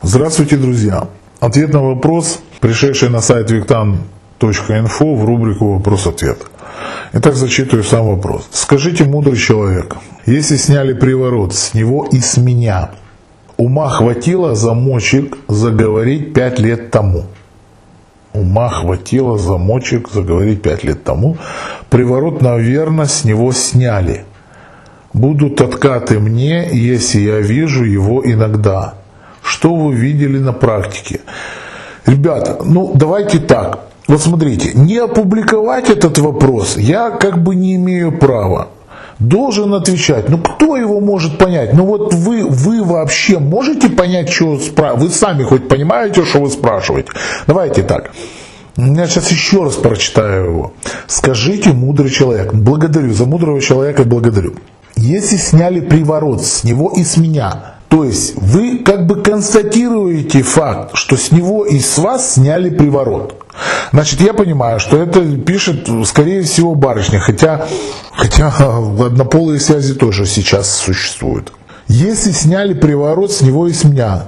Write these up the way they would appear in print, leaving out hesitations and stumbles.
Здравствуйте, друзья! Ответ на вопрос, пришедший на сайт victan.info в рубрику «Вопрос-ответ». Итак, зачитываю сам вопрос. Скажите, мудрый человек, если сняли приворот с него и с меня, ума хватило замочек заговорить 5 лет тому? Ума хватило замочек заговорить 5 лет тому. Приворот, наверное, с него сняли. Будут откаты мне, если я вижу его иногда. Что вы видели на практике? Ребята, давайте так. Вот смотрите, не опубликовать этот вопрос я как бы не имею права. Должен отвечать. Кто его может понять? Вы вообще можете понять, что спрашиваете? Вы сами хоть понимаете, что вы спрашиваете? Давайте так. Я сейчас еще раз прочитаю его. Скажите, мудрый человек. Благодарю. За мудрого человека благодарю. Если сняли приворот с него и с меня, то есть вы как бы констатируете факт, что с него и с вас сняли приворот. Значит, я понимаю, что это пишет, скорее всего, барышня, хотя однополые связи тоже сейчас существуют. Если сняли приворот с него и с меня,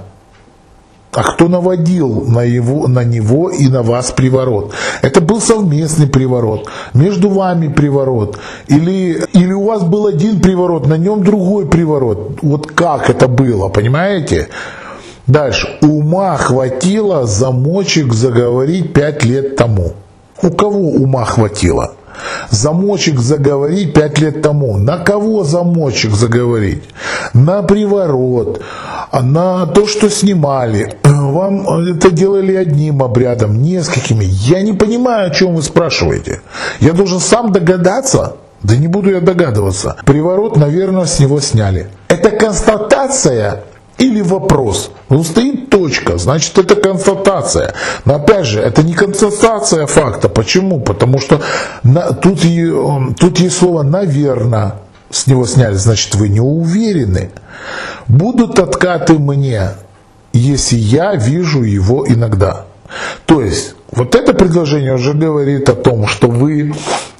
а кто наводил на него и на вас приворот? Это был совместный приворот, между вами приворот, или у вас был один приворот, на нем другой приворот. Вот как это было, понимаете? Дальше. Ума хватило замочек заговорить 5 лет тому. У кого ума хватило? Замочек заговорить 5 лет тому. На кого замочек заговорить? На приворот, на то, что снимали. Вам это делали одним обрядом, несколькими. Я не понимаю, о чем вы спрашиваете. Я должен сам догадаться? Да не буду я догадываться. Приворот, наверное, с него сняли. Это констатация или вопрос? Стоит точка, значит, это констатация. Но опять же, это не констатация факта. Почему? Потому что тут есть слово «наверно». С него сняли, значит, вы не уверены. Будут откаты мне, если я вижу его иногда. То есть, вот это предложение уже говорит о том, что вы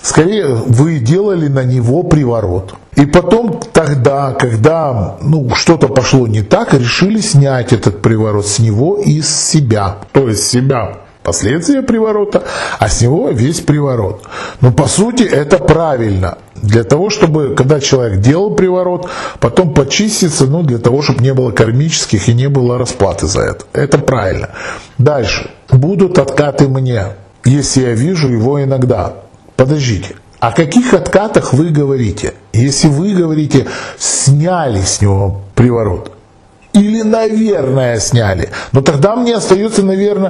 делали на него приворот. И потом тогда, когда что-то пошло не так, решили снять этот приворот с него и с себя. То есть себя последствия приворота, а с него весь приворот. По сути, это правильно. Для того, чтобы, когда человек делал приворот, потом почиститься, для того, чтобы не было кармических и не было расплаты за это. Это правильно. Дальше. Будут откаты мне, если я вижу его иногда. Подождите. О каких откатах вы говорите? Если вы говорите, сняли с него приворот. Или, наверное, сняли. Тогда мне остается, наверное,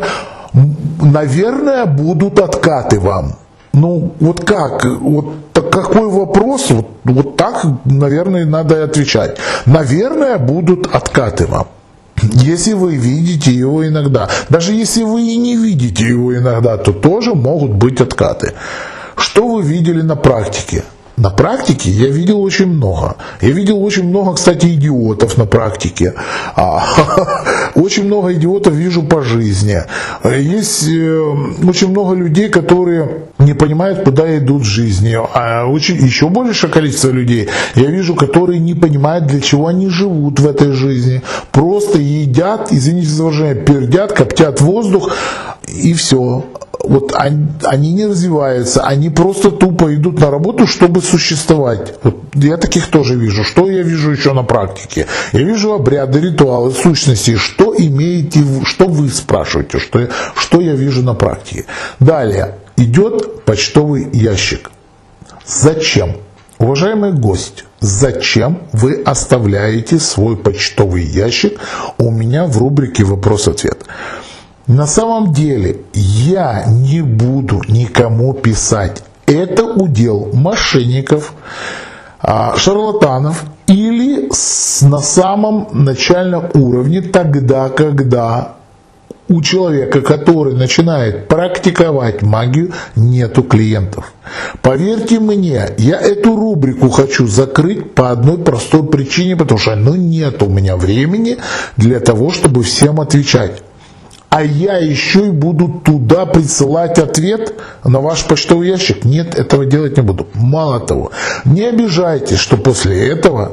будут откаты вам. Вот как? Какой вопрос? Вот так, наверное, надо и отвечать. Наверное, будут откаты вам. Если вы видите его иногда. Даже если вы и не видите его иногда, то тоже могут быть откаты. Что вы видели на практике? На практике я видел очень много. Я видел очень много, кстати, идиотов на практике. Очень много идиотов вижу по жизни. Есть очень много людей, которые не понимают, куда идут в жизни. А еще большее количество людей я вижу, которые не понимают, для чего они живут в этой жизни. Просто едят, извините за выражение, пердят, коптят воздух и все. Они не развиваются, они просто тупо идут на работу, чтобы существовать. Я таких тоже вижу. Что я вижу еще на практике? Я вижу обряды, ритуалы, сущности. Что вы спрашиваете? Что я вижу на практике? Далее. Идет почтовый ящик. Зачем? Уважаемый гость, зачем вы оставляете свой почтовый ящик у меня в рубрике «Вопрос-ответ»? На самом деле я не буду никому писать. Это удел мошенников, шарлатанов или на самом начальном уровне, тогда, когда у человека, который начинает практиковать магию, нету клиентов. Поверьте мне, я эту рубрику хочу закрыть по одной простой причине, потому что нет у меня времени для того, чтобы всем отвечать. А я еще и буду туда присылать ответ на ваш почтовый ящик. Нет, этого делать не буду. Мало того, не обижайтесь, что после этого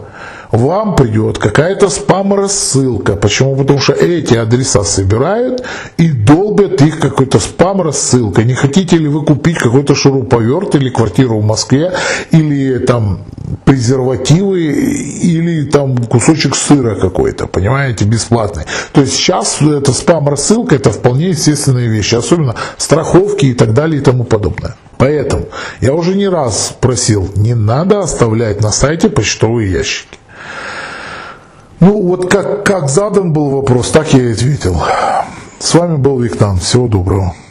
вам придет какая-то спам-рассылка. Почему? Потому что эти адреса собирают и долбят их какой-то спам-рассылкой. Не хотите ли вы купить какой-то шуруповерт или квартиру в Москве, или там презервативы, или там кусочек сыра какой-то, понимаете, бесплатный. То есть сейчас эта спам-рассылка — это вполне естественные вещи, особенно страховки и так далее и тому подобное. Поэтому я уже не раз просил, не надо оставлять на сайте почтовые ящики. Ну вот как задан был вопрос, так я и ответил. С вами был Виктан. Всего доброго.